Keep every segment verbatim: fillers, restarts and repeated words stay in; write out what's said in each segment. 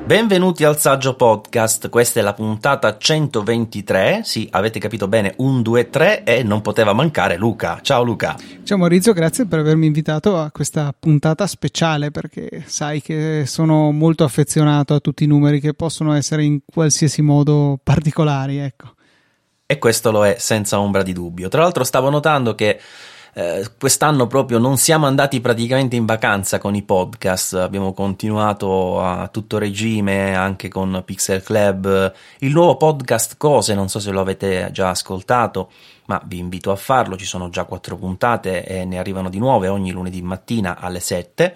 Benvenuti al Saggio Podcast, questa è la puntata centoventitré, sì, avete capito bene, un, due, tre e non poteva mancare Luca. Ciao Luca. Ciao Maurizio, grazie per avermi invitato a questa puntata speciale, perché sai che sono molto affezionato a tutti i numeri che possono essere in qualsiasi modo particolari, ecco. E questo lo è senza ombra di dubbio. Tra l'altro stavo notando che Eh, quest'anno proprio non siamo andati praticamente in vacanza con i podcast, abbiamo continuato a tutto regime anche con Pixel Club, il nuovo podcast Cose, non so se lo avete già ascoltato, ma vi invito a farlo, ci sono già quattro puntate e ne arrivano di nuove ogni lunedì mattina alle sette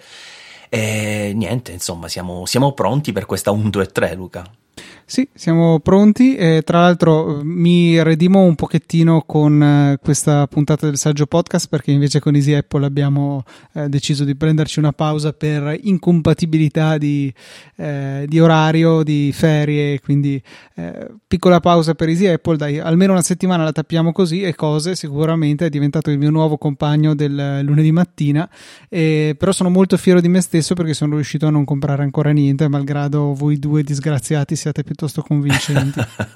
e niente, insomma siamo, siamo pronti per questa uno, due, tre Luca. Sì, siamo pronti e tra l'altro mi redimo un pochettino con eh, questa puntata del Saggio Podcast, perché invece con Easy Apple abbiamo eh, deciso di prenderci una pausa per incompatibilità di, eh, di orario, di ferie, quindi eh, piccola pausa per Easy Apple, dai, almeno una settimana la tappiamo così e Cose sicuramente è diventato il mio nuovo compagno del lunedì mattina, e, però sono molto fiero di me stesso perché sono riuscito a non comprare ancora niente, malgrado voi due disgraziati siate piuttosto convincenti.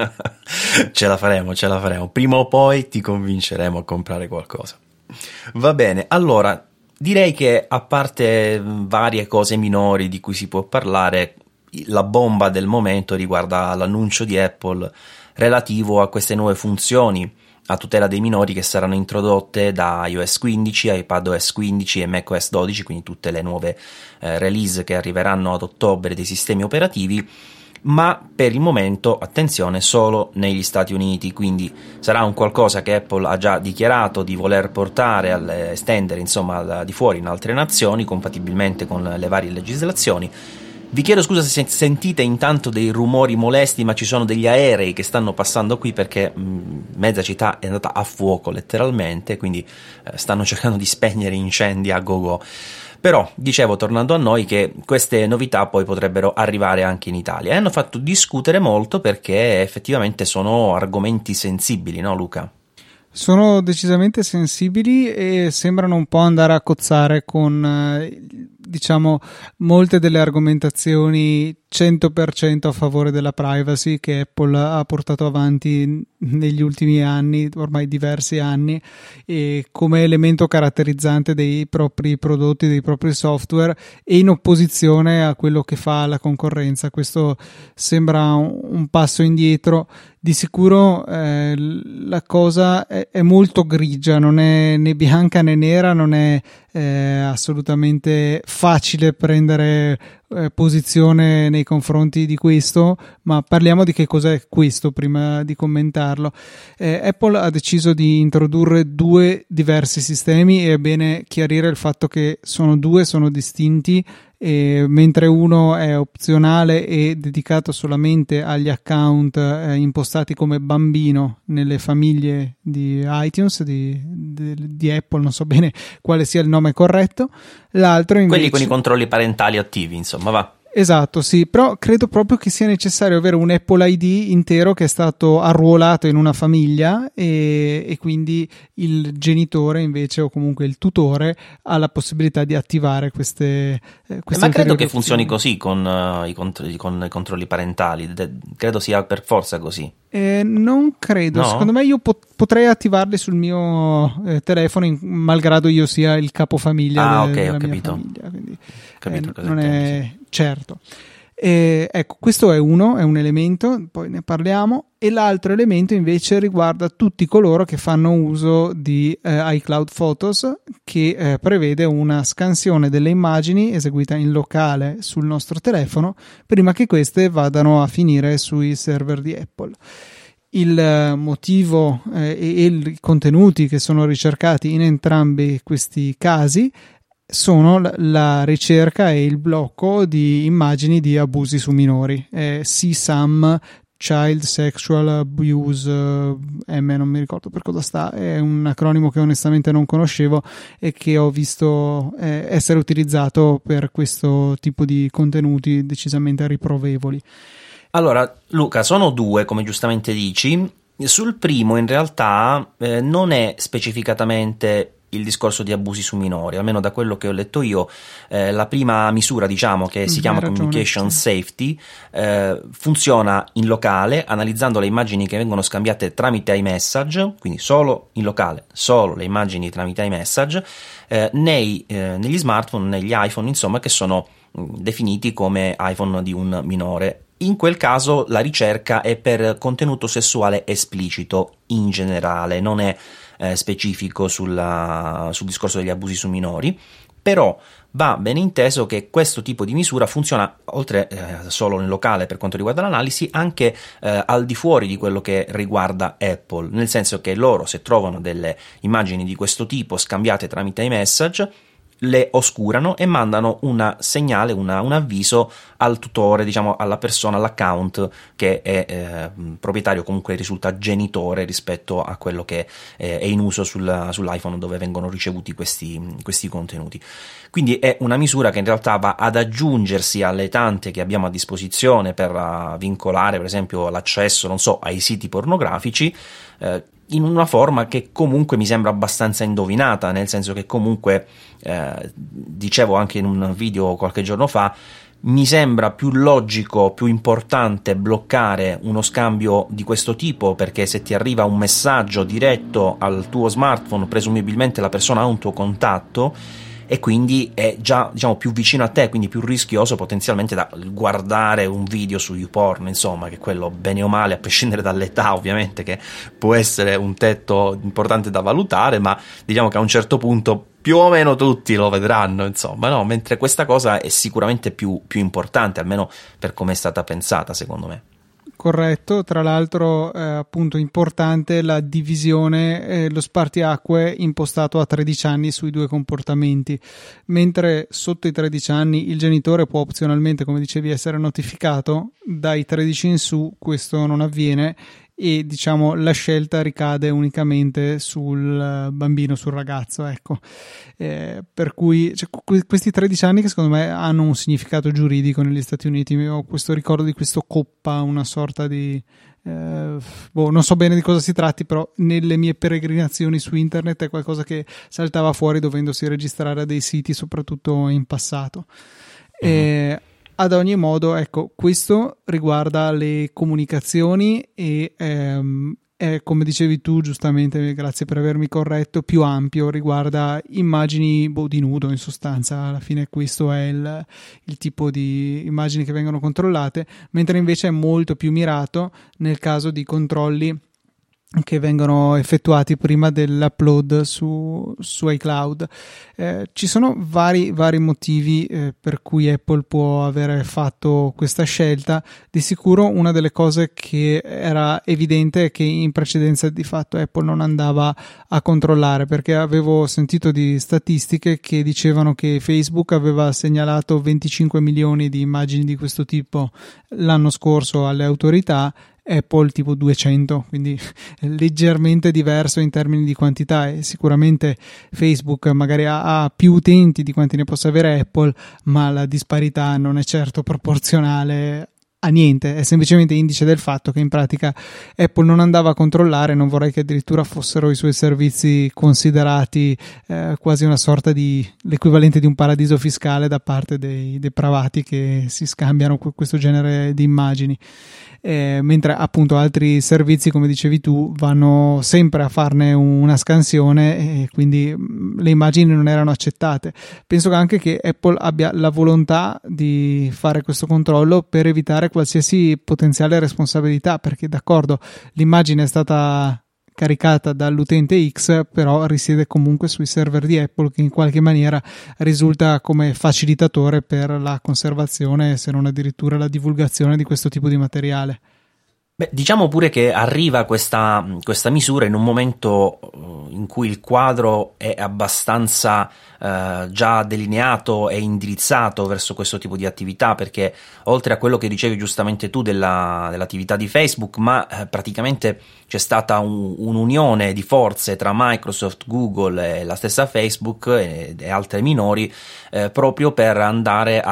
Ce la faremo, ce la faremo. Prima o poi ti convinceremo a comprare qualcosa. Va bene, allora direi che a parte varie cose minori di cui si può parlare, la bomba del momento riguarda l'annuncio di Apple relativo a queste nuove funzioni a tutela dei minori che saranno introdotte da iOS quindici, iPadOS quindici e macOS dodici, quindi tutte le nuove eh, release che arriveranno ad ottobre dei sistemi operativi, ma per il momento, attenzione, solo negli Stati Uniti, quindi sarà un qualcosa che Apple ha già dichiarato di voler portare, al, estendere insomma da di fuori in altre nazioni, compatibilmente con le varie legislazioni. Vi chiedo scusa se sentite intanto dei rumori molesti, ma ci sono degli aerei che stanno passando qui perché mh, mezza città è andata a fuoco letteralmente, quindi eh, stanno cercando di spegnere incendi a go-go. Però, dicevo, tornando a noi, che queste novità poi potrebbero arrivare anche in Italia e hanno fatto discutere molto perché effettivamente sono argomenti sensibili, no Luca? Sono decisamente sensibili e sembrano un po' andare a cozzare con, eh, diciamo, molte delle argomentazioni cento per cento a favore della privacy che Apple ha portato avanti negli ultimi anni, ormai diversi anni, e come elemento caratterizzante dei propri prodotti, dei propri software, e in opposizione a quello che fa la concorrenza. Questo sembra un passo indietro. Di sicuro eh, la cosa è, è molto grigia, non è né bianca né nera, non è eh, assolutamente facile prendere eh, posizione nei confronti di questo, ma parliamo di che cos'è questo prima di commentarlo. Eh, Apple ha deciso di introdurre due diversi sistemi e è bene chiarire il fatto che sono due, sono distinti. E mentre uno è opzionale e dedicato solamente agli account eh, impostati come bambino nelle famiglie di iTunes di, di, di Apple, non so bene quale sia il nome corretto, l'altro invece quelli con i controlli parentali attivi, insomma, va. Esatto, sì, però credo proprio che sia necessario avere un Apple I D intero che è stato arruolato in una famiglia e, e quindi il genitore invece, o comunque il tutore, ha la possibilità di attivare queste, eh, queste Ma credo che opzioni. funzioni così con, uh, i contro- con i controlli parentali, De- credo sia per forza così. Eh, non credo, No? secondo me io pot- potrei attivarli sul mio eh, telefono, in- malgrado io sia il capofamiglia Ah, de- ok, della ho mia capito. famiglia, quindi Capito eh, cosa non intendi, è certo. Eh, ecco, questo è uno, è un elemento, poi ne parliamo, e l'altro elemento invece riguarda tutti coloro che fanno uso di eh, iCloud Photos, che eh, prevede una scansione delle immagini eseguita in locale sul nostro telefono prima che queste vadano a finire sui server di Apple. Il motivo eh, e i contenuti che sono ricercati in entrambi questi casi sono la ricerca e il blocco di immagini di abusi su minori, eh, C SAM, Child Sexual Abuse, eh, M non mi ricordo per cosa sta, è un acronimo che onestamente non conoscevo e che ho visto eh, essere utilizzato per questo tipo di contenuti decisamente riprovevoli. Allora, Luca, sono due, come giustamente dici. Sul primo, in realtà, eh, non è specificatamente il discorso di abusi su minori, almeno da quello che ho letto io. Eh, la prima misura, diciamo, che si chiama ragione, Communication sì. Safety, eh, funziona in locale, analizzando le immagini che vengono scambiate tramite iMessage, quindi solo in locale, solo le immagini tramite iMessage, eh, nei, eh, negli smartphone, negli iPhone, insomma, che sono mh, definiti come iPhone di un minore. In quel caso la ricerca è per contenuto sessuale esplicito in generale, non è eh, specifico sulla, sul discorso degli abusi su minori, però va ben inteso che questo tipo di misura funziona, oltre eh, solo nel locale per quanto riguarda l'analisi, anche eh, al di fuori di quello che riguarda Apple, nel senso che loro, se trovano delle immagini di questo tipo scambiate tramite iMessage, le oscurano e mandano un segnale, una, un avviso al tutore, diciamo alla persona, all'account che è eh, proprietario, comunque risulta genitore rispetto a quello che eh, è in uso sul, sull'iPhone dove vengono ricevuti questi, questi contenuti. Quindi è una misura che in realtà va ad aggiungersi alle tante che abbiamo a disposizione per uh, vincolare per esempio l'accesso, non so, ai siti pornografici, eh, in una forma che comunque mi sembra abbastanza indovinata, nel senso che comunque, eh, dicevo anche in un video qualche giorno fa, mi sembra più logico, più importante bloccare uno scambio di questo tipo, perché se ti arriva un messaggio diretto al tuo smartphone, presumibilmente la persona ha un tuo contatto e quindi è già, diciamo, più vicino a te, quindi più rischioso potenzialmente da guardare un video su YouPorn, insomma, che quello bene o male, a prescindere dall'età ovviamente, che può essere un tetto importante da valutare, ma diciamo che a un certo punto più o meno tutti lo vedranno, insomma, no? Mentre questa cosa è sicuramente più, più importante, almeno per come è stata pensata, secondo me. Corretto, tra l'altro eh, appunto importante la divisione, eh, lo spartiacque impostato a tredici anni sui due comportamenti, mentre sotto i tredici anni il genitore può opzionalmente, come dicevi, essere notificato, dai tredici in su questo non avviene e diciamo la scelta ricade unicamente sul bambino, sul ragazzo, ecco. Eh, per cui cioè, questi tredici anni che secondo me hanno un significato giuridico negli Stati Uniti. Ho questo ricordo di questo coppa, una sorta di eh, boh, non so bene di cosa si tratti, però nelle mie peregrinazioni su internet è qualcosa che saltava fuori dovendosi registrare a dei siti, soprattutto in passato. Uh-huh. E ad ogni modo, ecco, questo riguarda le comunicazioni e ehm, è, come dicevi tu giustamente, grazie per avermi corretto, più ampio, riguarda immagini boh, di nudo, in sostanza. Alla fine questo è il, il tipo di immagini che vengono controllate, mentre invece è molto più mirato nel caso di controlli che vengono effettuati prima dell'upload su, su iCloud. Eh, ci sono vari, vari motivi eh, per cui Apple può avere fatto questa scelta. Di sicuro una delle cose che era evidente è che in precedenza di fatto Apple non andava a controllare, perché avevo sentito di statistiche che dicevano che Facebook aveva segnalato venticinque milioni di immagini di questo tipo l'anno scorso alle autorità, Apple tipo duecento, quindi leggermente diverso in termini di quantità, e sicuramente Facebook magari ha, ha più utenti di quanti ne possa avere Apple, ma la disparità non è certo proporzionale a niente, è semplicemente indice del fatto che in pratica Apple non andava a controllare. Non vorrei che addirittura fossero i suoi servizi considerati eh, quasi una sorta di l'equivalente di un paradiso fiscale da parte dei depravati che si scambiano questo genere di immagini. Eh, mentre appunto altri servizi, come dicevi tu, vanno sempre a farne una scansione e quindi le immagini non erano accettate. Penso anche che Apple abbia la volontà di fare questo controllo per evitare qualsiasi potenziale responsabilità, perché d'accordo, l'immagine è stata caricata dall'utente X, però risiede comunque sui server di Apple, che in qualche maniera risulta come facilitatore per la conservazione, se non addirittura la divulgazione di questo tipo di materiale. Beh, diciamo pure che arriva questa, questa misura in un momento in cui il quadro è abbastanza eh, già delineato e indirizzato verso questo tipo di attività, perché oltre a quello che dicevi giustamente tu della, dell'attività di Facebook, ma eh, praticamente c'è stata un, un'unione di forze tra Microsoft, Google e la stessa Facebook e, e altre minori eh, proprio per andare a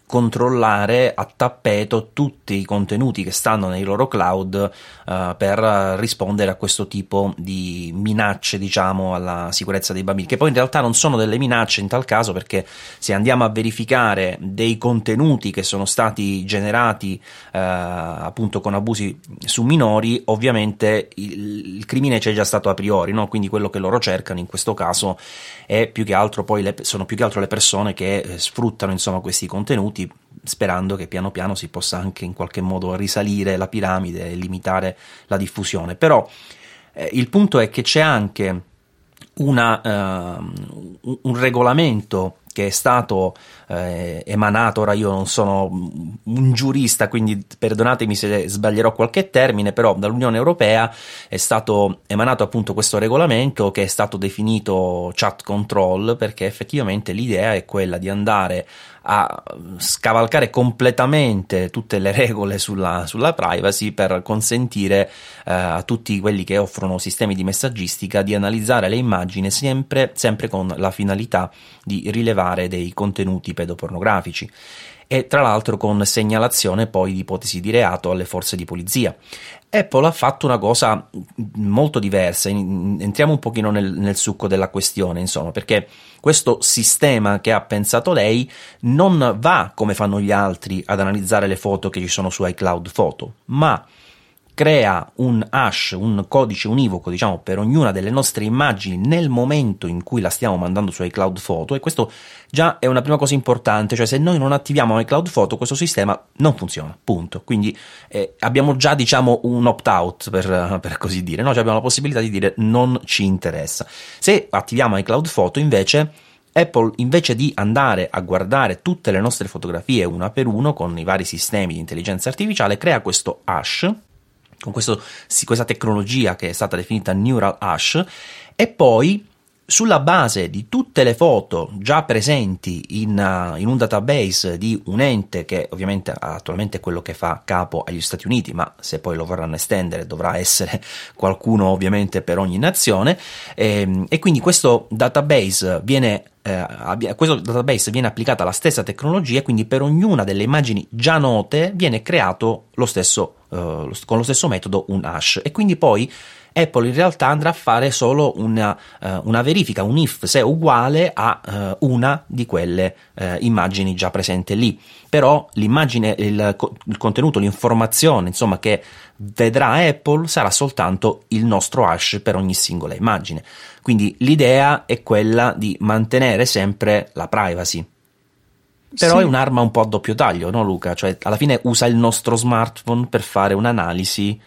controllare a tappeto tutti i contenuti che stanno nei loro cloud uh, per rispondere a questo tipo di minacce, diciamo, alla sicurezza dei bambini, che poi in realtà non sono delle minacce in tal caso, perché se andiamo a verificare dei contenuti che sono stati generati uh, appunto con abusi su minori, ovviamente il, il crimine c'è già stato a priori, no? Quindi quello che loro cercano in questo caso è più che altro poi le, sono più che altro le persone che eh, sfruttano insomma questi contenuti, sperando che piano piano si possa anche in qualche modo risalire la piramide e limitare la diffusione. Però eh, il punto è che c'è anche una, uh, un regolamento che è stato eh, emanato, ora io non sono un giurista, quindi perdonatemi se sbaglierò qualche termine, però dall'Unione Europea è stato emanato appunto questo regolamento che è stato definito chat control, perché effettivamente l'idea è quella di andare a scavalcare completamente tutte le regole sulla, sulla privacy per consentire eh, a tutti quelli che offrono sistemi di messaggistica di analizzare le immagini sempre, sempre con la finalità di rilevare dei contenuti pedopornografici, e tra l'altro con segnalazione poi di ipotesi di reato alle forze di polizia. Apple ha fatto una cosa molto diversa, entriamo un pochino nel, nel succo della questione, insomma, perché questo sistema che ha pensato lei non va, come fanno gli altri, ad analizzare le foto che ci sono su iCloud Photo, ma crea un hash, un codice univoco, diciamo, per ognuna delle nostre immagini nel momento in cui la stiamo mandando su iCloud Photo, e questo già è una prima cosa importante, cioè se noi non attiviamo iCloud Photo questo sistema non funziona, punto. Quindi eh, abbiamo già, diciamo, un opt-out, per, per così dire, no? Cioè abbiamo la possibilità di dire non ci interessa. Se attiviamo iCloud Photo invece, Apple, invece di andare a guardare tutte le nostre fotografie una per uno con i vari sistemi di intelligenza artificiale, crea questo hash con questo, questa tecnologia che è stata definita Neural Hash, e poi sulla base di tutte le foto già presenti in, uh, in un database di un ente che ovviamente attualmente è quello che fa capo agli Stati Uniti, ma se poi lo vorranno estendere dovrà essere qualcuno ovviamente per ogni nazione, e, e quindi questo database viene eh, a questo database viene applicata la stessa tecnologia, quindi per ognuna delle immagini già note viene creato lo stesso Uh, con lo stesso metodo un hash, e quindi poi Apple in realtà andrà a fare solo una, uh, una verifica, un if, se è uguale a uh, una di quelle uh, immagini già presente lì. Però l'immagine, il, il contenuto, l'informazione, insomma, che vedrà Apple sarà soltanto il nostro hash per ogni singola immagine. Quindi l'idea è quella di mantenere sempre la privacy. Però sì, è un'arma un po' a doppio taglio, no Luca? Cioè alla fine usa il nostro smartphone per fare un'analisi,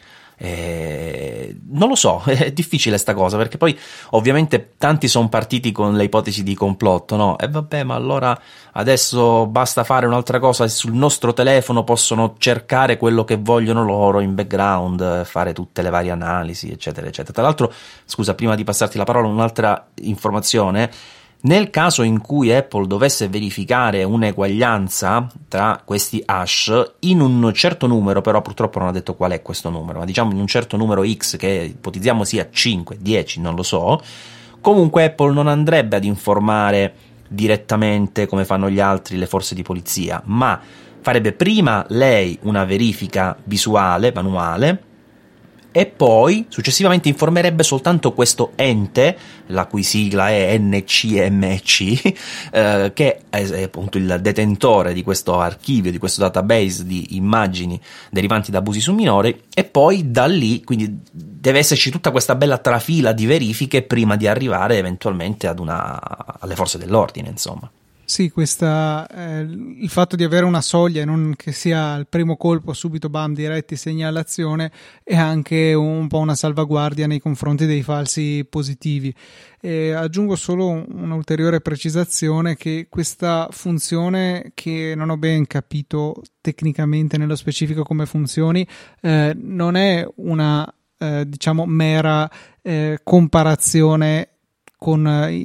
eh, non lo so, è difficile sta cosa, perché poi ovviamente tanti sono partiti con le ipotesi di complotto, no? E vabbè, ma allora adesso basta fare un'altra cosa, sul nostro telefono possono cercare quello che vogliono loro in background, fare tutte le varie analisi, eccetera, eccetera. Tra l'altro, scusa, prima di passarti la parola, un'altra informazione. Nel caso in cui Apple dovesse verificare un'eguaglianza tra questi hash in un certo numero, però purtroppo non ha detto qual è questo numero, ma diciamo in un certo numero X che ipotizziamo sia cinque, dieci, non lo so, comunque Apple non andrebbe ad informare direttamente, come fanno gli altri, le forze di polizia, ma farebbe prima lei una verifica visuale, manuale, e poi successivamente informerebbe soltanto questo ente, la cui sigla è N C M C, eh, che è appunto il detentore di questo archivio, di questo database di immagini derivanti da abusi su minori, e poi da lì, quindi deve esserci tutta questa bella trafila di verifiche prima di arrivare eventualmente ad una, alle forze dell'ordine, insomma. Sì, questa, eh, il fatto di avere una soglia e non che sia il primo colpo subito bam diretti segnalazione è anche un po' una salvaguardia nei confronti dei falsi positivi. E aggiungo solo un'ulteriore precisazione, che questa funzione, che non ho ben capito tecnicamente nello specifico come funzioni, eh, non è una eh, diciamo mera eh, comparazione con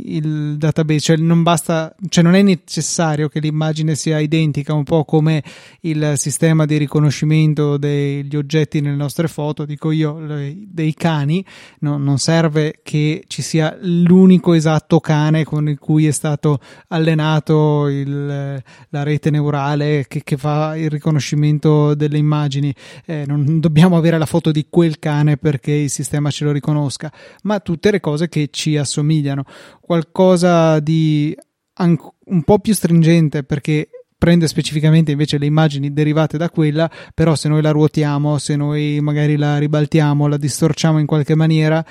il database, cioè non basta, cioè non è necessario che l'immagine sia identica, un po' come il sistema di riconoscimento degli oggetti nelle nostre foto, dico io, dei cani, no, non serve che ci sia l'unico esatto cane con il cui è stato allenato il, la rete neurale che, che fa il riconoscimento delle immagini, eh, non dobbiamo avere la foto di quel cane perché il sistema ce lo riconosca, ma tutte le cose che ci assomigliano, qualcosa di anche un po' più stringente perché prende specificamente invece le immagini derivate da quella, però se noi la ruotiamo, se noi magari la ribaltiamo, la distorciamo in qualche maniera,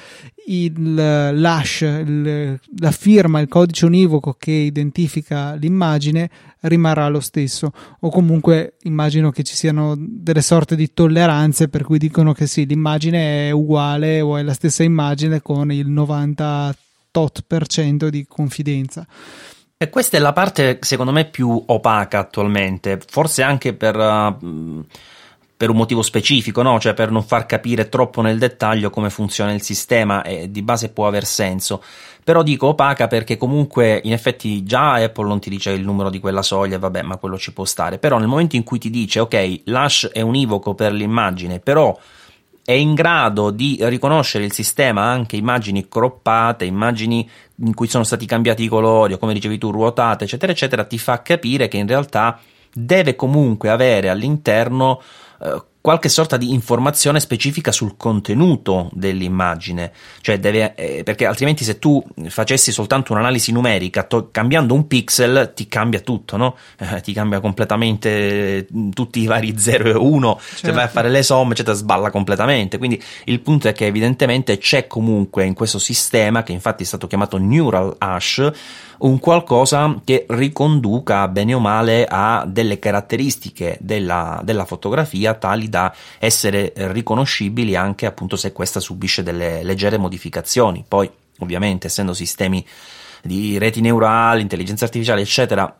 il l'hash, il, la firma, il codice univoco che identifica l'immagine rimarrà lo stesso, o comunque immagino che ci siano delle sorte di tolleranze per cui dicono che sì, l'immagine è uguale o è la stessa immagine con il novanta per cento di confidenza. E questa è la parte secondo me più opaca attualmente, forse anche per, uh, per un motivo specifico, no? Cioè per non far capire troppo nel dettaglio come funziona il sistema, e di base può aver senso, però dico opaca perché comunque in effetti già Apple non ti dice il numero di quella soglia, vabbè, ma quello ci può stare, però nel momento in cui ti dice ok, l'hash è univoco per l'immagine, però è in grado di riconoscere il sistema anche immagini croppate, immagini in cui sono stati cambiati i colori o come dicevi tu ruotate eccetera eccetera, ti fa capire che in realtà deve comunque avere all'interno eh, qualche sorta di informazione specifica sul contenuto dell'immagine, cioè deve, eh, perché altrimenti se tu facessi soltanto un'analisi numerica to- cambiando un pixel ti cambia tutto, no? Eh, ti cambia completamente tutti i vari zero e uno, certo. Se vai a fare le somme eccetera sballa completamente, quindi il punto è che evidentemente c'è comunque in questo sistema, che infatti è stato chiamato Neural Hash, un qualcosa che riconduca bene o male a delle caratteristiche della, della fotografia tali da essere riconoscibili anche appunto se questa subisce delle leggere modificazioni. Poi ovviamente essendo sistemi di reti neurali, intelligenza artificiale eccetera,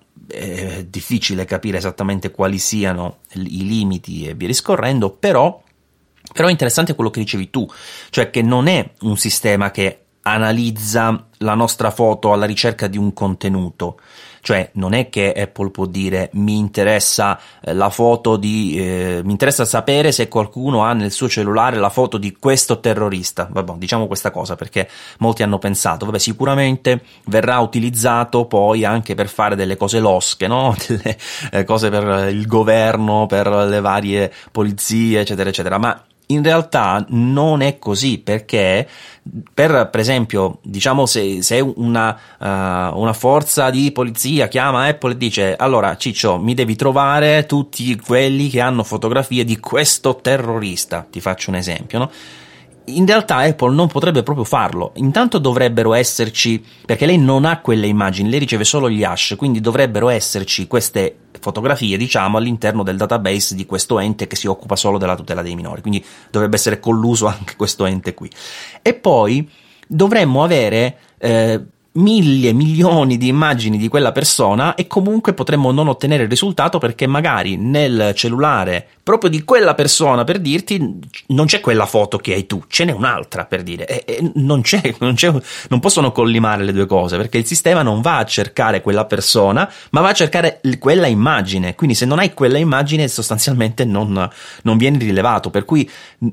è difficile capire esattamente quali siano i limiti e via discorrendo, però, però è interessante quello che dicevi tu, cioè che non è un sistema che analizza la nostra foto alla ricerca di un contenuto, cioè non è che Apple può dire mi interessa la foto di eh, mi interessa sapere se qualcuno ha nel suo cellulare la foto di questo terrorista, vabbè, diciamo questa cosa perché molti hanno pensato vabbè sicuramente verrà utilizzato poi anche per fare delle cose losche, no? Delle eh, cose per il governo, per le varie polizie eccetera eccetera, ma in realtà non è così, perché per, per esempio diciamo se, se una, uh, una forza di polizia chiama Apple e dice allora Ciccio mi devi trovare tutti quelli che hanno fotografie di questo terrorista, ti faccio un esempio, no? In realtà Apple non potrebbe proprio farlo, intanto dovrebbero esserci, perché lei non ha quelle immagini, lei riceve solo gli hash, quindi dovrebbero esserci queste fotografie diciamo all'interno del database di questo ente che si occupa solo della tutela dei minori, quindi dovrebbe essere colluso anche questo ente qui. E poi dovremmo avere eh, mille milioni di immagini di quella persona e comunque potremmo non ottenere il risultato perché magari nel cellulare proprio di quella persona, per dirti, non c'è quella foto che hai tu, ce n'è un'altra, per dire, e, e non c'è, non c'è, non possono collimare le due cose perché il sistema non va a cercare quella persona ma va a cercare quella immagine, quindi se non hai quella immagine sostanzialmente non, non vieni rilevato, per cui.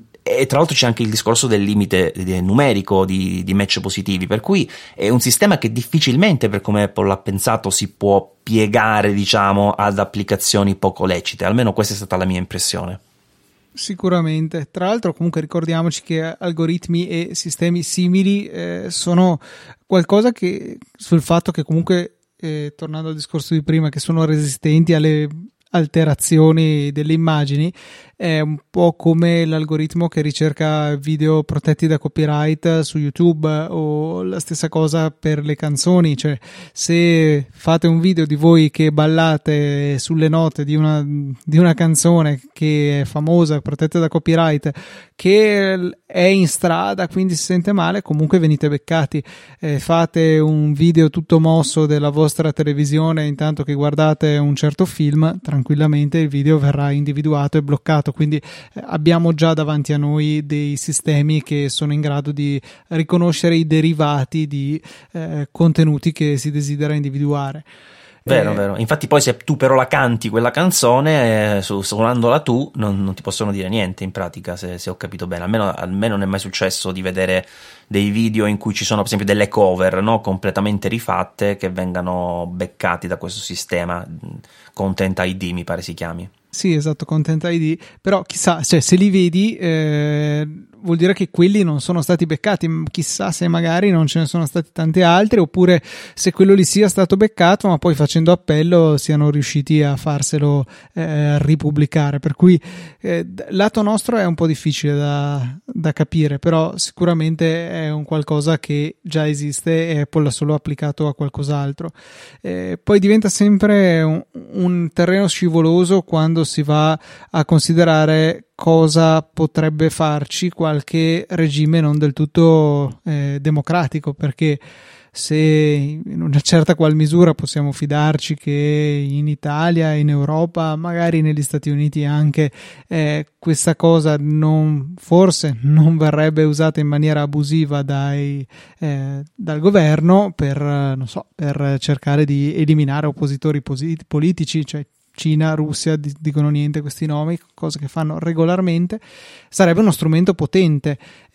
E tra l'altro c'è anche il discorso del limite numerico di, di match positivi, per cui è un sistema che difficilmente, per come Apple l'ha pensato, si può piegare diciamo ad applicazioni poco lecite, almeno questa è stata la mia impressione. Sicuramente, tra l'altro comunque ricordiamoci che algoritmi e sistemi simili eh, sono qualcosa che, sul fatto che comunque eh, tornando al discorso di prima, che sono resistenti alle alterazioni delle immagini, è un po' come l'algoritmo che ricerca video protetti da copyright su YouTube, o la stessa cosa per le canzoni, cioè se fate un video di voi che ballate sulle note di una, di una canzone che è famosa, protetta da copyright, che è in strada, quindi si sente male, comunque venite beccati. Eh, fate un video tutto mosso della vostra televisione intanto che guardate un certo film, tranquillo, tranquillamente il video verrà individuato e bloccato, quindi eh, abbiamo già davanti a noi dei sistemi che sono in grado di riconoscere i derivati di eh, contenuti che si desidera individuare. Vero, eh, vero. Infatti poi se tu però la canti quella canzone, eh, su- suonandola tu, non, non ti possono dire niente in pratica, se, se ho capito bene. Almeno a me non è mai successo di vedere dei video in cui ci sono per esempio delle cover, no, completamente rifatte, che vengano beccati da questo sistema, Content I D mi pare si chiami. Sì, esatto, Content I D, però chissà, cioè, se li vedi eh, vuol dire che quelli non sono stati beccati, chissà se magari non ce ne sono stati tanti altri, oppure se quello lì sia stato beccato ma poi facendo appello siano riusciti a farselo eh, ripubblicare, per cui eh, lato nostro è un po' difficile da, da capire, però sicuramente è un qualcosa che già esiste e Apple l'ha solo applicato a qualcos'altro. Eh, poi diventa sempre un, un terreno scivoloso quando si va a considerare cosa potrebbe farci qualche regime non del tutto eh, democratico, perché se in una certa qual misura possiamo fidarci che in Italia, in Europa, magari negli Stati Uniti anche, eh, questa cosa non, forse non verrebbe usata in maniera abusiva dai, eh, dal governo per, non so, per cercare di eliminare oppositori posit- politici, cioè Cina, Russia, dicono niente questi nomi, cose che fanno regolarmente, sarebbe uno strumento potente.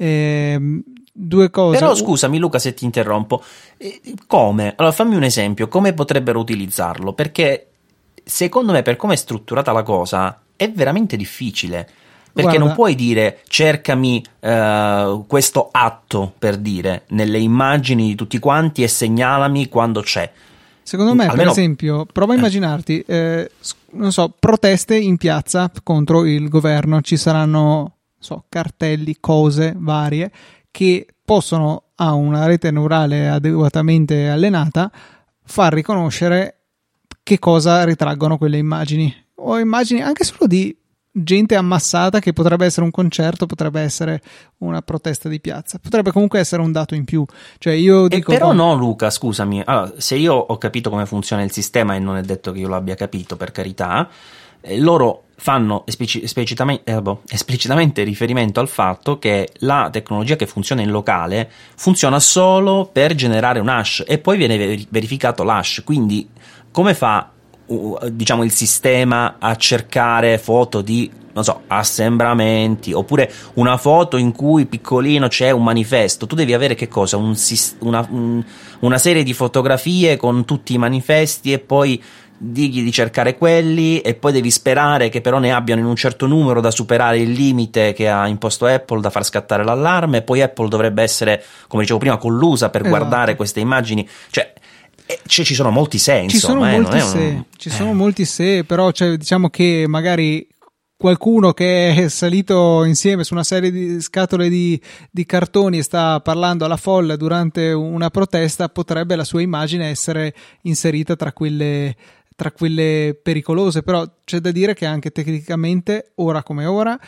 Eh, due cose. Però scusami Luca se ti interrompo, eh, come? Allora fammi un esempio, come potrebbero utilizzarlo? Perché secondo me per come è strutturata la cosa è veramente difficile, perché Guarda, non puoi dire cercami uh, questo atto, per dire, nelle immagini di tutti quanti e segnalami quando c'è. Secondo me, Almeno... per esempio, prova a immaginarti, eh, non so, proteste in piazza contro il governo, ci saranno, so, cartelli, cose varie che possono, a una rete neurale adeguatamente allenata, far riconoscere che cosa ritraggono quelle immagini, o immagini anche solo di gente ammassata, che potrebbe essere un concerto, potrebbe essere una protesta di piazza, potrebbe comunque essere un dato in più. Cioè io dico, eh, però no Luca, scusami, allora, se io ho capito come funziona il sistema, e non è detto che io l'abbia capito, per carità, eh, loro fanno esplic- esplicitamente, eh, boh, esplicitamente riferimento al fatto che la tecnologia che funziona in locale funziona solo per generare un hash e poi viene ver- verificato l'hash, quindi come fa diciamo il sistema a cercare foto di, non so, assembramenti, oppure una foto in cui piccolino c'è un manifesto? Tu devi avere che cosa? Un, una, un, una serie di fotografie con tutti i manifesti e poi digli di cercare quelli, e poi devi sperare che però ne abbiano in un certo numero da superare il limite che ha imposto Apple, da far scattare l'allarme, e poi Apple dovrebbe essere, come dicevo prima, collusa per esatto. guardare queste immagini, cioè Cioè, ci sono molti se, insomma, ci sono eh, molti non è se, un... ci sono molti se, però cioè, diciamo che magari qualcuno che è salito insieme su una serie di scatole di, di cartoni e sta parlando alla folla durante una protesta, potrebbe la sua immagine essere inserita tra quelle, tra quelle pericolose, però c'è da dire che anche tecnicamente, ora come ora,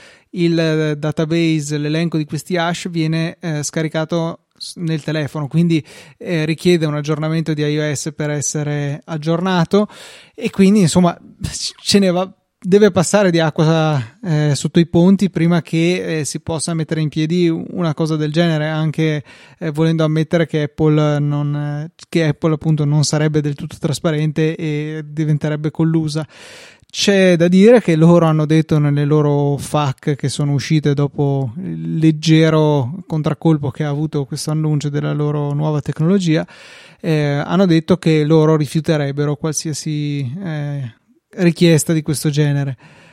il database, l'elenco di questi hash viene eh, scaricato nel telefono, quindi eh, richiede un aggiornamento di iOS per essere aggiornato, e quindi insomma ce ne va, deve passare di acqua eh, sotto i ponti prima che eh, si possa mettere in piedi una cosa del genere, anche eh, volendo ammettere che Apple non eh, che Apple appunto non sarebbe del tutto trasparente e diventerebbe collusa. C'è da dire che loro hanno detto nelle loro F A Q che sono uscite dopo il leggero contraccolpo che ha avuto questo annuncio della loro nuova tecnologia, eh, hanno detto che loro rifiuterebbero qualsiasi eh, richiesta di questo genere.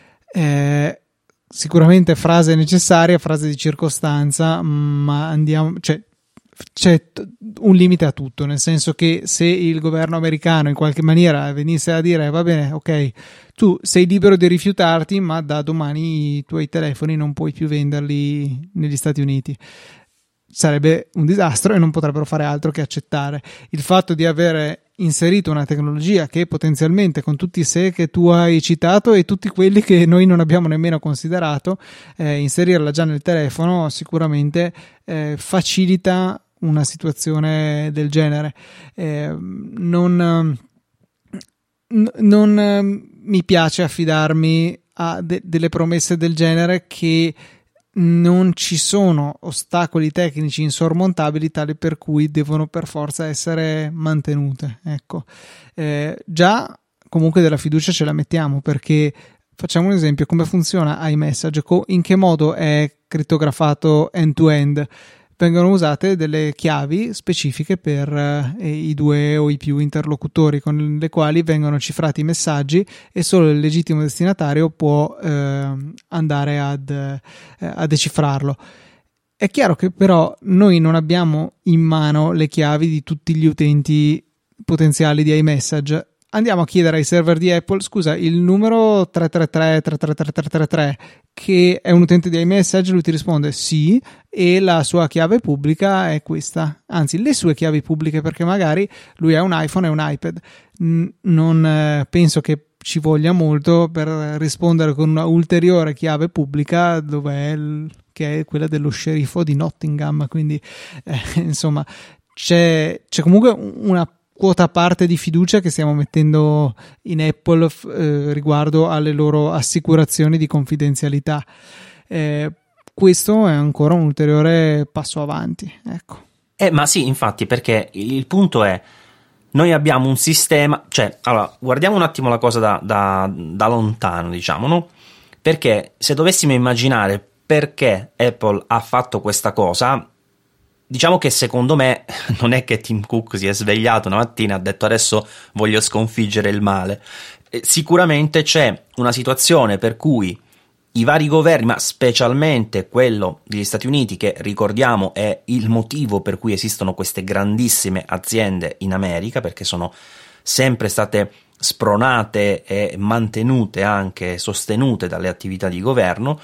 Eh, sicuramente frase necessaria, frase di circostanza, ma andiamo, cioè c'è un limite a tutto, nel senso che se il governo americano in qualche maniera venisse a dire va bene, ok, tu sei libero di rifiutarti, ma da domani i tuoi telefoni non puoi più venderli negli Stati Uniti, sarebbe un disastro e non potrebbero fare altro che accettare. Il fatto di avere inserito una tecnologia che potenzialmente, con tutti i se che tu hai citato e tutti quelli che noi non abbiamo nemmeno considerato, eh, inserirla già nel telefono sicuramente eh, facilita una situazione del genere. Eh, non, non mi piace affidarmi a de- delle promesse del genere, che non ci sono ostacoli tecnici insormontabili tali per cui devono per forza essere mantenute. Ecco, eh, già comunque della fiducia ce la mettiamo, perché facciamo un esempio: come funziona iMessage, in che modo è crittografato end-to-end. Vengono usate delle chiavi specifiche per eh, i due o i più interlocutori con le quali vengono cifrati i messaggi, e solo il legittimo destinatario può eh, andare ad, eh, a decifrarlo. È chiaro che però noi non abbiamo in mano le chiavi di tutti gli utenti potenziali di iMessage. Andiamo a chiedere ai server di Apple: scusa, il numero tre tre tre tre tre tre tre tre tre che è un utente di iMessage? Lui ti risponde sì, e la sua chiave pubblica è questa, anzi le sue chiavi pubbliche, perché magari lui ha un iPhone e un iPad. Non eh, penso che ci voglia molto per rispondere con una ulteriore chiave pubblica, dove è il, che è quella dello sceriffo di Nottingham. Quindi eh, insomma c'è, c'è comunque una quota parte di fiducia che stiamo mettendo in Apple eh, riguardo alle loro assicurazioni di confidenzialità. Eh, questo è ancora un ulteriore passo avanti, ecco. Eh, ma sì, infatti, perché il, il punto è: noi abbiamo un sistema, cioè, allora, guardiamo un attimo la cosa da, da, da lontano, diciamo, no? Perché se dovessimo immaginare perché Apple ha fatto questa cosa, diciamo che secondo me non è che Tim Cook si è svegliato una mattina e ha detto adesso voglio sconfiggere il male. Eh, sicuramente c'è una situazione per cui i vari governi, ma specialmente quello degli Stati Uniti, che ricordiamo è il motivo per cui esistono queste grandissime aziende in America, perché sono sempre state spronate e mantenute, anche sostenute dalle attività di governo,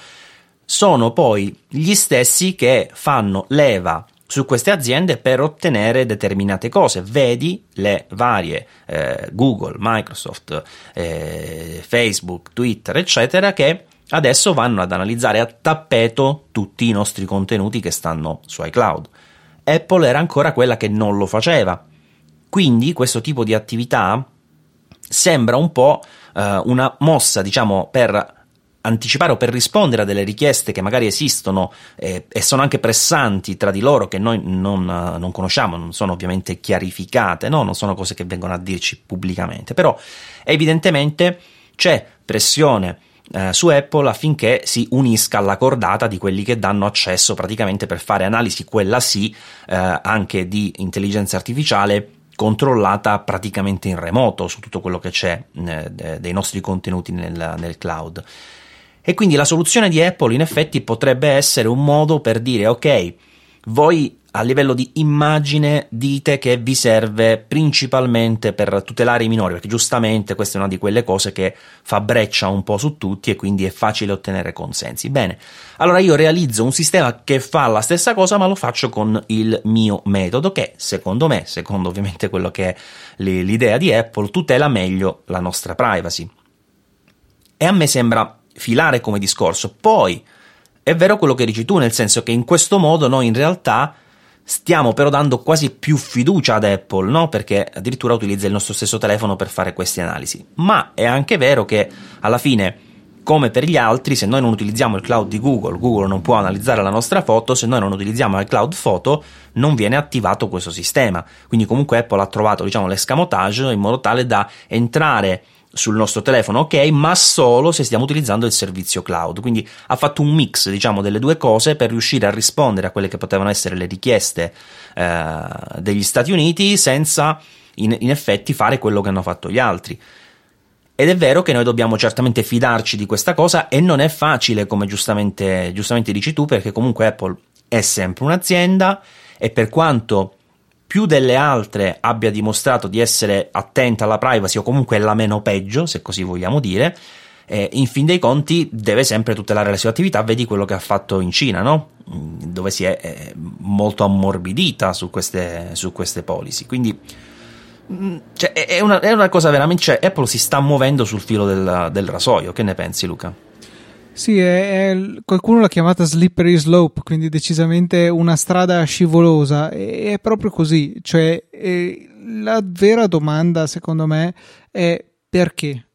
sono poi gli stessi che fanno leva su queste aziende per ottenere determinate cose. Vedi le varie eh, Google, Microsoft, eh, Facebook, Twitter, eccetera, che adesso vanno ad analizzare a tappeto tutti i nostri contenuti che stanno su iCloud. Apple era ancora quella che non lo faceva. Quindi questo tipo di attività sembra un po' eh, una mossa, diciamo, per anticipare o per rispondere a delle richieste che magari esistono eh, e sono anche pressanti tra di loro, che noi non, uh, non conosciamo, non sono ovviamente chiarificate, no? Non sono cose che vengono a dirci pubblicamente, però evidentemente c'è pressione eh, su Apple affinché si unisca alla cordata di quelli che danno accesso praticamente per fare analisi, quella sì, eh, anche di intelligenza artificiale controllata praticamente in remoto su tutto quello che c'è eh, dei nostri contenuti nel, nel cloud. E quindi la soluzione di Apple in effetti potrebbe essere un modo per dire: ok, voi a livello di immagine dite che vi serve principalmente per tutelare i minori, perché giustamente questa è una di quelle cose che fa breccia un po' su tutti e quindi è facile ottenere consensi. Bene, allora io realizzo un sistema che fa la stessa cosa, ma lo faccio con il mio metodo, che secondo me, secondo ovviamente quello che è l'idea di Apple, tutela meglio la nostra privacy. E a me sembra filare come discorso. Poi è vero quello che dici tu, nel senso che in questo modo noi in realtà stiamo però dando quasi più fiducia ad Apple, no? Perché addirittura utilizza il nostro stesso telefono per fare queste analisi. Ma è anche vero che alla fine, come per gli altri, se noi non utilizziamo il cloud di Google, Google non può analizzare la nostra foto. Se noi non utilizziamo il cloud foto, non viene attivato questo sistema. Quindi comunque Apple ha trovato, diciamo, l'escamotage in modo tale da entrare sul nostro telefono, ok, ma solo se stiamo utilizzando il servizio cloud. Quindi ha fatto un mix, diciamo, delle due cose per riuscire a rispondere a quelle che potevano essere le richieste eh, degli Stati Uniti senza in, in effetti fare quello che hanno fatto gli altri. Ed è vero che noi dobbiamo certamente fidarci di questa cosa, e non è facile, come giustamente, giustamente dici tu, perché comunque Apple è sempre un'azienda, e per quanto più delle altre abbia dimostrato di essere attenta alla privacy, o comunque la meno peggio, se così vogliamo dire, eh, in fin dei conti deve sempre tutelare le sue attività. Vedi quello che ha fatto in Cina, no? Dove si è eh, molto ammorbidita su queste, su queste policy. Quindi mh, cioè, è, una, è una cosa veramente, cioè, Apple si sta muovendo sul filo del, del rasoio. Che ne pensi, Luca? Sì, è, è, qualcuno l'ha chiamata slippery slope, quindi decisamente una strada scivolosa. È proprio così, cioè è, la vera domanda secondo me è perché.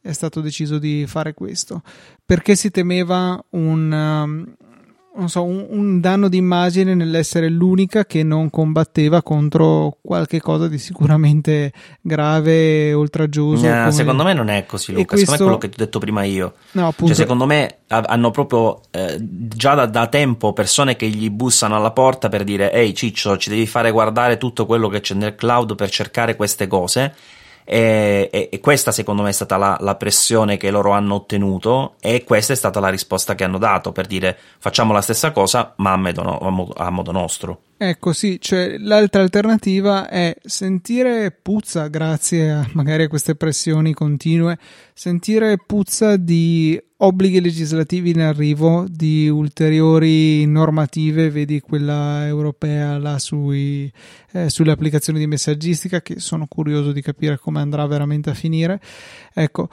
è stato deciso di fare questo, perché si temeva un, um, non so, un, un danno d'immagine nell'essere l'unica che non combatteva contro qualche cosa di sicuramente grave, oltraggioso. No, come... Secondo me non è così, Luca. questo... Secondo me è quello che ti ho detto prima io. No, appunto... Cioè, secondo me hanno proprio eh, già da, da tempo persone che gli bussano alla porta per dire: ehi Ciccio, ci devi fare guardare tutto quello che c'è nel cloud per cercare queste cose. E, e, e questa secondo me è stata la, la pressione che loro hanno ottenuto, e questa è stata la risposta che hanno dato per dire: facciamo la stessa cosa ma a modo, a modo, a modo nostro. Ecco, sì, cioè l'altra alternativa è sentire puzza, grazie a magari a queste pressioni continue, sentire puzza di obblighi legislativi in arrivo, di ulteriori normative, vedi quella europea là sui, eh, sulle applicazioni di messaggistica, che sono curioso di capire come andrà veramente a finire. Ecco,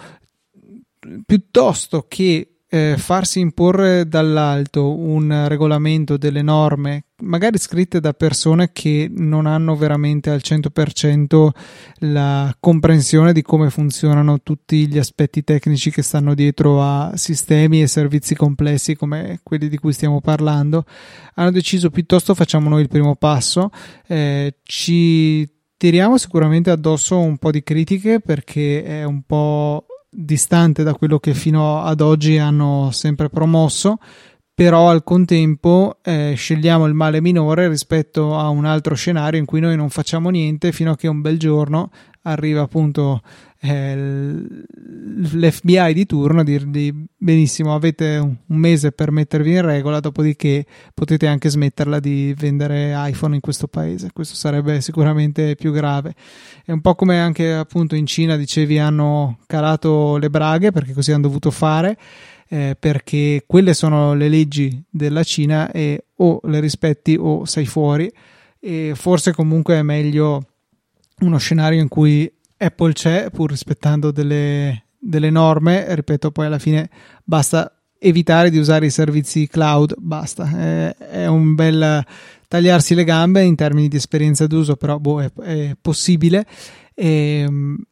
piuttosto che Eh, farsi imporre dall'alto un regolamento, delle norme magari scritte da persone che non hanno veramente al cento per cento la comprensione di come funzionano tutti gli aspetti tecnici che stanno dietro a sistemi e servizi complessi come quelli di cui stiamo parlando, hanno deciso piuttosto facciamo noi il primo passo, eh, ci tiriamo sicuramente addosso un po' di critiche perché è un po' distante da quello che fino ad oggi hanno sempre promosso, però al contempo eh, scegliamo il male minore rispetto a un altro scenario in cui noi non facciamo niente fino a che un bel giorno arriva appunto eh, l'F B I di turno a dirgli: benissimo, avete un mese per mettervi in regola, dopodiché potete anche smetterla di vendere iPhone in questo paese. Questo sarebbe sicuramente più grave. È un po' come anche appunto in Cina, dicevi, hanno calato le braghe perché così hanno dovuto fare, eh, perché quelle sono le leggi della Cina e o le rispetti o sei fuori. E forse comunque è meglio uno scenario in cui Apple c'è pur rispettando delle, delle norme, ripeto, poi alla fine basta evitare di usare i servizi cloud, basta, è, è un bel tagliarsi le gambe in termini di esperienza d'uso, però boh, è, è possibile, e,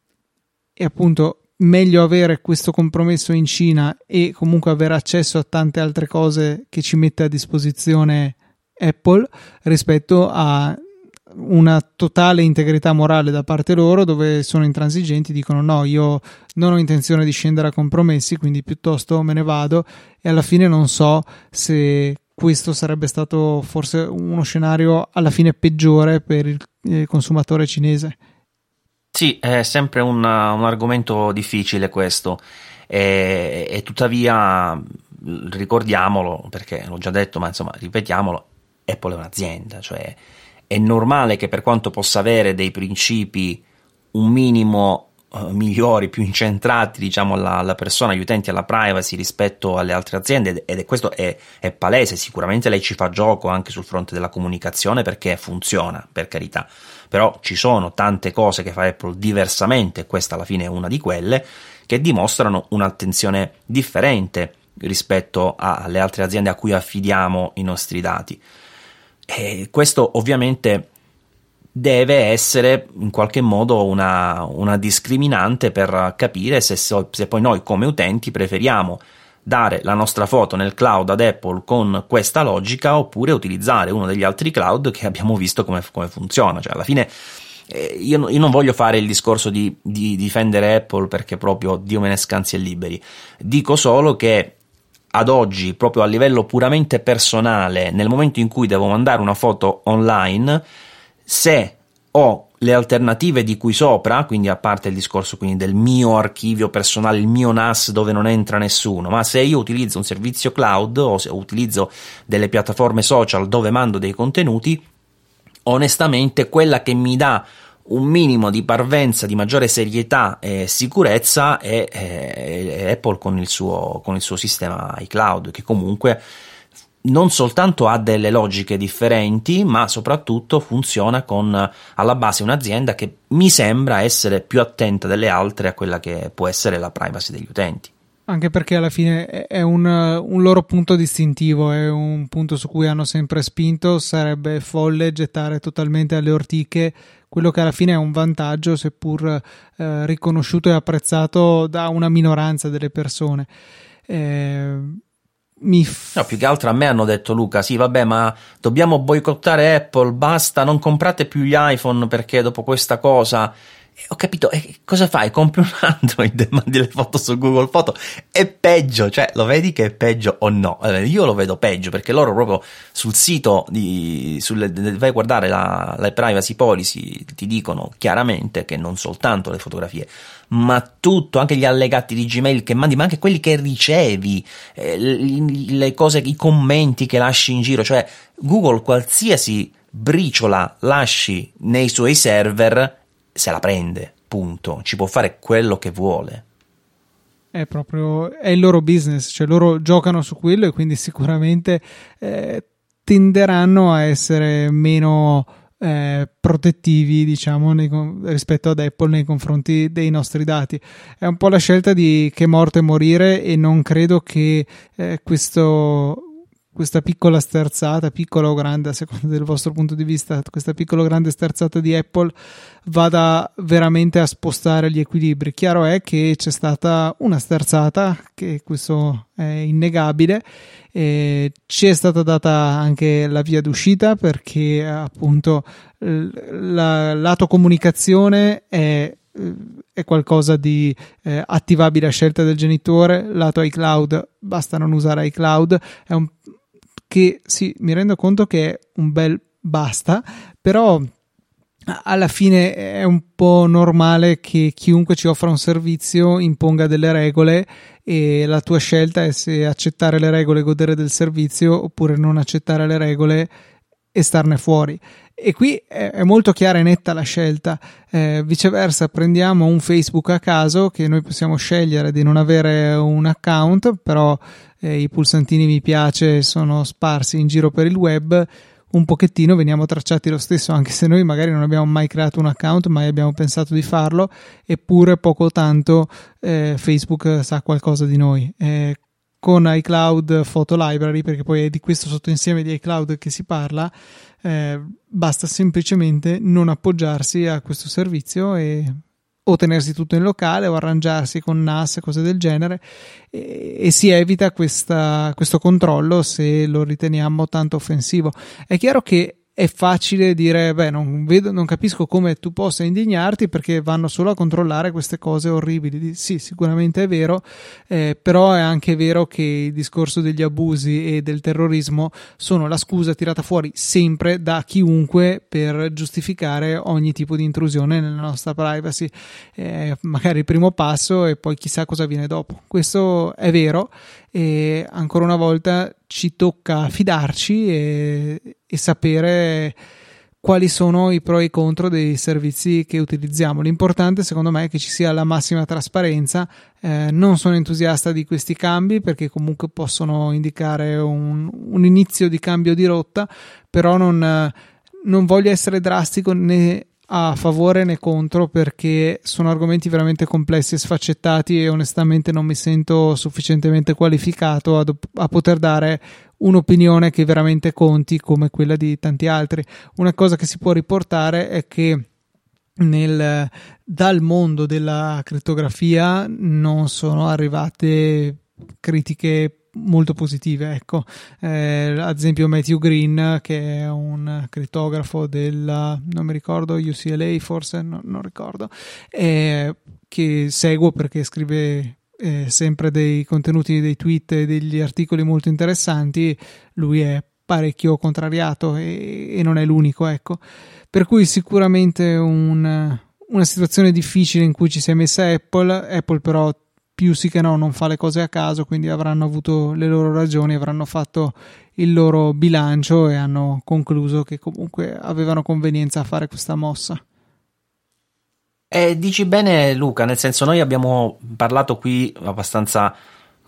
e appunto meglio avere questo compromesso in Cina e comunque avere accesso a tante altre cose che ci mette a disposizione Apple rispetto a una totale integrità morale da parte loro, dove sono intransigenti, dicono no, io non ho intenzione di scendere a compromessi, quindi piuttosto me ne vado, e alla fine non so se questo sarebbe stato forse uno scenario alla fine peggiore per il, il consumatore cinese. Sì, è sempre un, un argomento difficile questo, e, e tuttavia ricordiamolo, perché l'ho già detto, ma insomma ripetiamolo, Apple è un'azienda, cioè è normale che per quanto possa avere dei principi un minimo uh, migliori, più incentrati, diciamo, alla, alla persona, agli utenti, alla privacy rispetto alle altre aziende, ed è questo è, è palese. Sicuramente lei ci fa gioco anche sul fronte della comunicazione perché funziona, per carità, però ci sono tante cose che fa Apple diversamente, e questa alla fine è una di quelle, che dimostrano un'attenzione differente rispetto alle altre aziende a cui affidiamo i nostri dati. E questo ovviamente deve essere in qualche modo una, una discriminante per capire se, se poi noi come utenti preferiamo dare la nostra foto nel cloud ad Apple con questa logica oppure utilizzare uno degli altri cloud che abbiamo visto come, come funziona. Cioè alla fine eh, io, io non voglio fare il discorso di, di difendere Apple perché proprio Dio me ne scansi e liberi, dico solo che ad oggi, proprio a livello puramente personale, nel momento in cui devo mandare una foto online, se ho le alternative di qui sopra, quindi a parte il discorso quindi del mio archivio personale, il mio N A S dove non entra nessuno, ma se io utilizzo un servizio cloud o se utilizzo delle piattaforme social dove mando dei contenuti, onestamente quella che mi dà un minimo di parvenza, di maggiore serietà e sicurezza è, è, è Apple con il suo con il suo sistema iCloud, che comunque non soltanto ha delle logiche differenti, ma soprattutto funziona con alla base un'azienda che mi sembra essere più attenta delle altre a quella che può essere la privacy degli utenti. Anche perché alla fine è un, un loro punto distintivo, è un punto su cui hanno sempre spinto. Sarebbe folle gettare totalmente alle ortiche quello che alla fine è un vantaggio, seppur eh, riconosciuto e apprezzato da una minoranza delle persone. Eh, mi f- no, più che altro a me hanno detto: Luca, sì vabbè, ma dobbiamo boicottare Apple, basta, non comprate più gli iPhone perché dopo questa cosa. E ho capito, e cosa fai? Compri un Android e mandi le foto su Google Foto? È peggio, cioè lo vedi che è peggio o no? Allora, io lo vedo peggio, perché loro proprio sul sito di, sulle, vai a guardare la, la privacy policy, ti dicono chiaramente che non soltanto le fotografie, ma tutto, anche gli allegati di Gmail che mandi, ma anche quelli che ricevi, eh, le cose, i commenti che lasci in giro, cioè Google qualsiasi briciola lasci nei suoi server se la prende, punto. Ci può fare quello che vuole. È proprio è il loro business, cioè loro giocano su quello, e quindi sicuramente eh, tenderanno a essere meno eh, protettivi, diciamo, nei, rispetto ad Apple nei confronti dei nostri dati. È un po' la scelta di che morte morire, e non credo che eh, questo questa piccola sterzata, piccola o grande a seconda del vostro punto di vista, questa piccola o grande sterzata di Apple vada veramente a spostare gli equilibri. Chiaro è che c'è stata una sterzata, che questo è innegabile, e ci è stata data anche la via d'uscita, perché appunto la lato comunicazione è è qualcosa di eh, attivabile a scelta del genitore. Lato iCloud, basta non usare iCloud, è un che sì, mi rendo conto che è un bel basta, però alla fine è un po' normale che chiunque ci offra un servizio imponga delle regole, e la tua scelta è se accettare le regole e godere del servizio, oppure non accettare le regole e starne fuori. E qui è molto chiara e netta la scelta. Eh, viceversa, prendiamo un Facebook a caso, che noi possiamo scegliere di non avere un account, però eh, i pulsantini mi piace sono sparsi in giro per il web, un pochettino veniamo tracciati lo stesso, anche se noi magari non abbiamo mai creato un account, mai abbiamo pensato di farlo, eppure poco o tanto eh, Facebook sa qualcosa di noi. Eh, con iCloud Photo Library, perché poi è di questo sottoinsieme di iCloud che si parla, eh, basta semplicemente non appoggiarsi a questo servizio e o tenersi tutto in locale o arrangiarsi con N A S e cose del genere, e, e si evita questa, questo controllo se lo riteniamo tanto offensivo. È chiaro che è facile dire beh, non vedo, non capisco come tu possa indignarti perché vanno solo a controllare queste cose orribili. Sì, sicuramente è vero, eh, però è anche vero che il discorso degli abusi e del terrorismo sono la scusa tirata fuori sempre da chiunque per giustificare ogni tipo di intrusione nella nostra privacy. Eh, magari il primo passo e poi chissà cosa viene dopo. Questo è vero, e ancora una volta ci tocca fidarci e, e sapere quali sono i pro e i contro dei servizi che utilizziamo. L'importante secondo me è che ci sia la massima trasparenza. Eh, non sono entusiasta di questi cambi perché comunque possono indicare un, un inizio di cambio di rotta, però non, non voglio essere drastico né a favore né contro, perché sono argomenti veramente complessi e sfaccettati, e onestamente non mi sento sufficientemente qualificato a, a poter dare un'opinione che veramente conti come quella di tanti altri. Una cosa che si può riportare è che nel, dal mondo della crittografia non sono arrivate critiche molto positive, ecco. Eh, ad esempio Matthew Green, che è un crittografo della, non mi ricordo, U C L A forse, no, non ricordo, eh, che seguo perché scrive eh, sempre dei contenuti, dei tweet e degli articoli molto interessanti. Lui è parecchio contrariato e, e non è l'unico, ecco. Per cui sicuramente un, una situazione difficile in cui ci si è messa Apple. Apple però più sì che no non fa le cose a caso, quindi avranno avuto le loro ragioni, avranno fatto il loro bilancio e hanno concluso che comunque avevano convenienza a fare questa mossa. E dici bene Luca, nel senso, noi abbiamo parlato qui abbastanza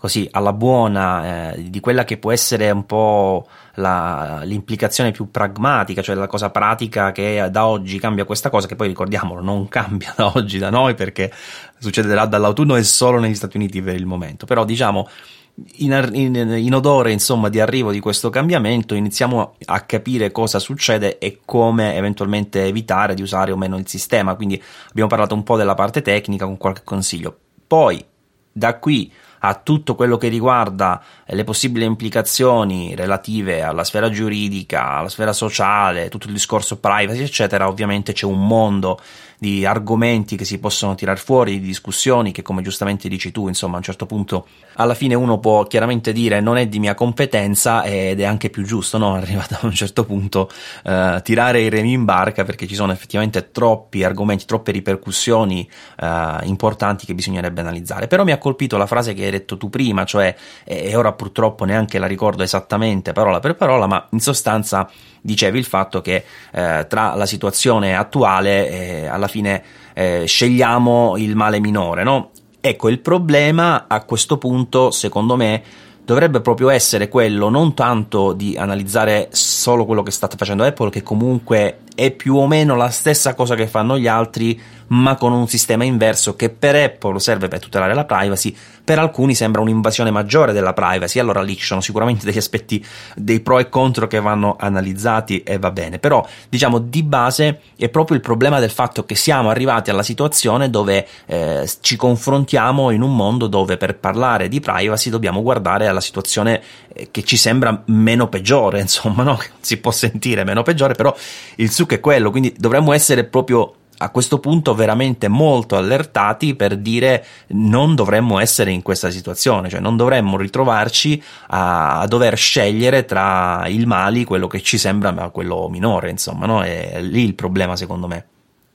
così alla buona eh, di quella che può essere un po' la, l'implicazione più pragmatica, cioè la cosa pratica che da oggi cambia questa cosa, che poi ricordiamolo non cambia da oggi da noi perché succederà dall'autunno e solo negli Stati Uniti per il momento, però diciamo in, in, in odore insomma di arrivo di questo cambiamento iniziamo a capire cosa succede e come eventualmente evitare di usare o meno il sistema, quindi abbiamo parlato un po' della parte tecnica con qualche consiglio. Poi da qui a tutto quello che riguarda le possibili implicazioni relative alla sfera giuridica, alla sfera sociale, tutto il discorso privacy eccetera, ovviamente c'è un mondo di argomenti che si possono tirar fuori, di discussioni che, come giustamente dici tu, insomma a un certo punto alla fine uno può chiaramente dire non è di mia competenza, ed è anche più giusto, no? Arrivato a un certo punto eh, tirare i remi in barca, perché ci sono effettivamente troppi argomenti, troppe ripercussioni eh, importanti che bisognerebbe analizzare. Però mi ha colpito la frase che hai detto tu prima, cioè e ora purtroppo neanche la ricordo esattamente parola per parola, ma in sostanza dicevi il fatto che eh, tra la situazione attuale eh, alla fine eh, scegliamo il male minore, no? Ecco, il problema a questo punto, secondo me, dovrebbe proprio essere quello non tanto di analizzare solo quello che sta facendo Apple, che comunque è più o meno la stessa cosa che fanno gli altri, ma con un sistema inverso che per Apple serve per tutelare la privacy, per alcuni sembra un'invasione maggiore della privacy. Allora lì ci sono sicuramente degli aspetti, dei pro e contro che vanno analizzati e va bene, però diciamo di base è proprio il problema del fatto che siamo arrivati alla situazione dove eh, ci confrontiamo in un mondo dove per parlare di privacy dobbiamo guardare alla situazione eh, che ci sembra meno peggiore, insomma, no? Si può sentire meno peggiore, però il succo è quello, quindi dovremmo essere proprio a questo punto veramente molto allertati per dire non dovremmo essere in questa situazione, cioè non dovremmo ritrovarci a, a dover scegliere tra il mali, quello che ci sembra ma quello minore, insomma, no? È lì il problema secondo me.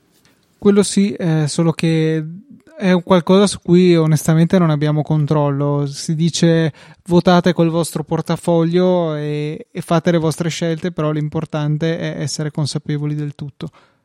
Quello sì, eh, solo che è un qualcosa su cui onestamente non abbiamo controllo. Si dice votate col vostro portafoglio e, e fate le vostre scelte, però l'importante è essere consapevoli del tutto.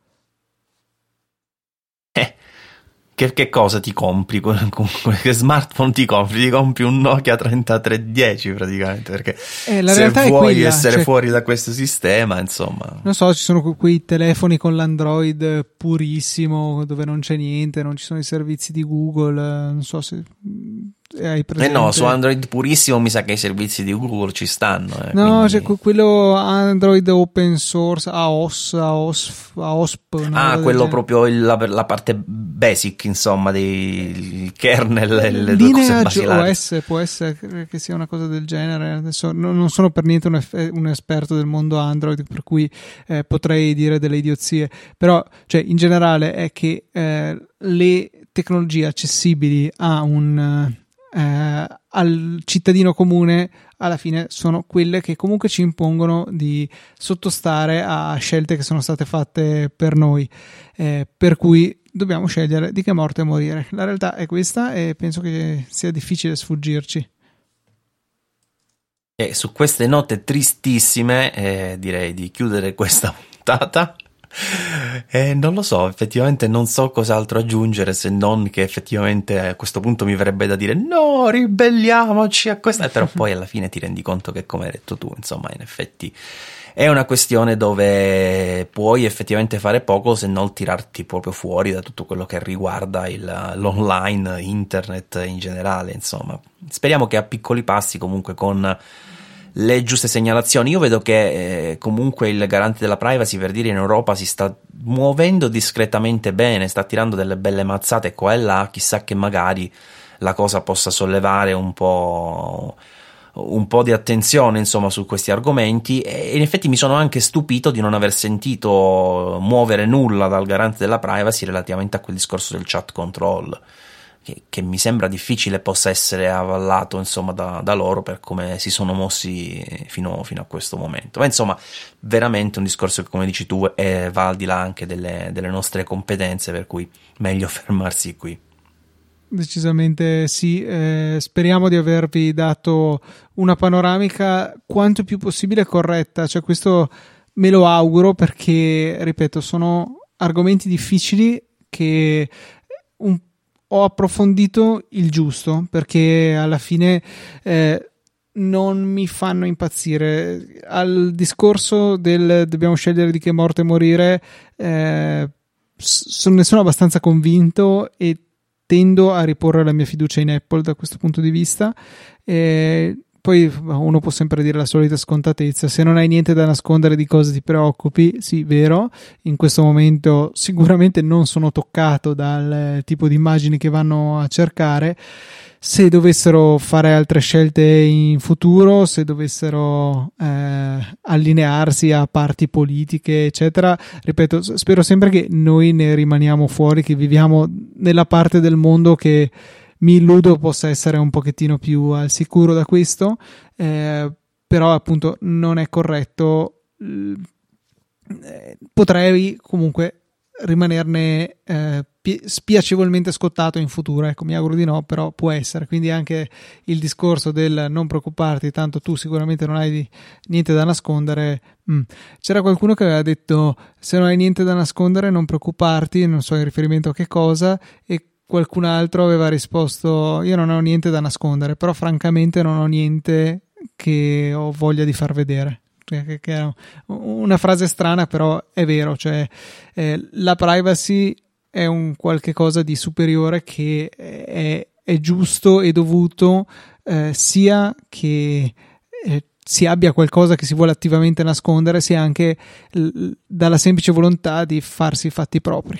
Eh, che, che cosa ti compri? Con, con, che smartphone ti compri? Ti compri un Nokia trentatré dieci praticamente, perché eh, la se vuoi quella, essere cioè, fuori da questo sistema, insomma... Non so, ci sono quei telefoni con l'Android purissimo, dove non c'è niente, non ci sono i servizi di Google, non so se... hai presente? Eh no, su Android purissimo mi sa che i servizi di Google ci stanno. Eh, no, quindi... c'è quello Android open source, A O S, A O S, A O S P. Ah, quello proprio il, la, la parte basic, insomma, dei il kernel, le due cose basilari. O S può essere che sia una cosa del genere. Adesso non, non sono per niente un, un esperto del mondo Android, per cui eh, potrei dire delle idiozie. Però, cioè, in generale è che eh, le tecnologie accessibili a un... Eh, al cittadino comune alla fine sono quelle che comunque ci impongono di sottostare a scelte che sono state fatte per noi, eh, per cui dobbiamo scegliere di che morte morire. La realtà è questa e penso che sia difficile sfuggirci. E su queste note tristissime eh, direi di chiudere questa puntata. Eh, non lo so, effettivamente non so cos'altro aggiungere, se non che effettivamente a questo punto mi verrebbe da dire no, ribelliamoci a questa, però poi alla fine ti rendi conto che, come hai detto tu, insomma, in effetti è una questione dove puoi effettivamente fare poco se non tirarti proprio fuori da tutto quello che riguarda il, l'online, internet in generale, insomma. Speriamo che a piccoli passi, comunque con le giuste segnalazioni. Io vedo che eh, comunque il garante della privacy, per dire, in Europa si sta muovendo discretamente bene, sta tirando delle belle mazzate qua e là, chissà che magari la cosa possa sollevare un po' un po' di attenzione, insomma, su questi argomenti. E in effetti mi sono anche stupito di non aver sentito muovere nulla dal garante della privacy relativamente a quel discorso del chat control, che, che mi sembra difficile possa essere avallato, insomma, da, da loro per come si sono mossi fino, fino a questo momento. Ma insomma, veramente un discorso che, come dici tu, è, va al di là anche delle, delle nostre competenze, per cui meglio fermarsi qui. Decisamente sì, eh, speriamo di avervi dato una panoramica quanto più possibile corretta, cioè questo me lo auguro, perché ripeto, sono argomenti difficili che un ho approfondito il giusto, perché alla fine eh, non mi fanno impazzire. Al discorso del dobbiamo scegliere di che morte morire, eh, s- ne sono abbastanza convinto e tendo a riporre la mia fiducia in Apple da questo punto di vista. Eh, poi uno può sempre dire la solita scontatezza: se non hai niente da nascondere, di cosa ti preoccupi? Sì, vero, in questo momento sicuramente non sono toccato dal tipo di immagini che vanno a cercare. Se dovessero fare altre scelte in futuro, se dovessero eh, allinearsi a parti politiche eccetera, ripeto, spero sempre che noi ne rimaniamo fuori, che viviamo nella parte del mondo che mi illudo possa essere un pochettino più al sicuro da questo, eh, però appunto non è corretto. Eh, potrei comunque rimanerne eh, pi- spiacevolmente scottato in futuro, ecco, mi auguro di no, però può essere. Quindi anche il discorso del non preoccuparti, tanto tu sicuramente non hai di, niente da nascondere. Mm. C'era qualcuno che aveva detto: se non hai niente da nascondere non preoccuparti, non so in riferimento a che cosa, e qualcun altro aveva risposto: io non ho niente da nascondere, però francamente non ho niente che ho voglia di far vedere. Che è una frase strana, però è vero, cioè eh, la privacy è un qualche cosa di superiore che è, è giusto e dovuto, eh, sia che eh, si abbia qualcosa che si vuole attivamente nascondere, sia anche l- dalla semplice volontà di farsi i fatti propri.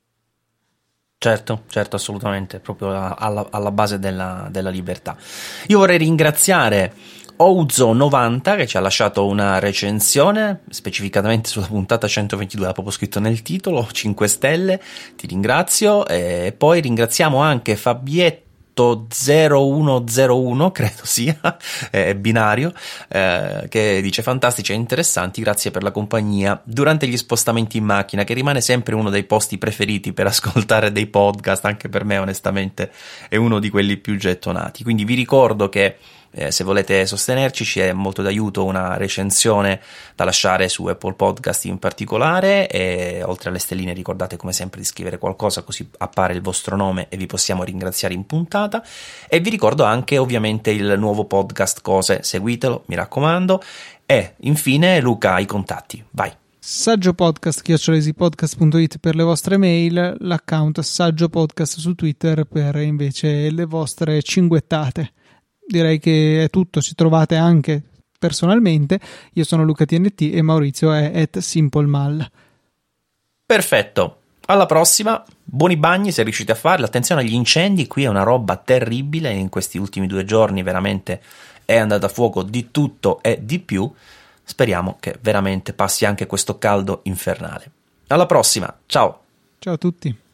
Certo, certo, assolutamente, proprio alla, alla base della, della libertà. Io vorrei ringraziare Ouzo novanta che ci ha lasciato una recensione specificatamente sulla puntata centoventidue, ha proprio scritto nel titolo, cinque stelle, ti ringrazio. E poi ringraziamo anche Fabietto zero uno zero uno, credo sia, è binario, eh, che dice: fantastici e interessanti, grazie per la compagnia durante gli spostamenti in macchina, che rimane sempre uno dei posti preferiti per ascoltare dei podcast. Anche per me onestamente è uno di quelli più gettonati. Quindi vi ricordo che Eh, se volete sostenerci ci è molto d'aiuto una recensione da lasciare su Apple Podcast in particolare, e oltre alle stelline ricordate come sempre di scrivere qualcosa, così appare il vostro nome e vi possiamo ringraziare in puntata. E vi ricordo anche ovviamente il nuovo podcast Cose, seguitelo, mi raccomando. E infine Luca, i contatti, vai. Saggiopodcast chiocciola easypodcast punto it per le vostre mail, l'account Saggiopodcast su Twitter per invece le vostre cinguettate. Direi che è tutto, ci trovate anche personalmente. Io sono Luca T N T e Maurizio è at simplemal. Perfetto, alla prossima, buoni bagni se riuscite a farli, attenzione agli incendi, qui è una roba terribile, in questi ultimi due giorni veramente è andata a fuoco di tutto e di più. Speriamo che veramente passi anche questo caldo infernale. Alla prossima, ciao! Ciao a tutti!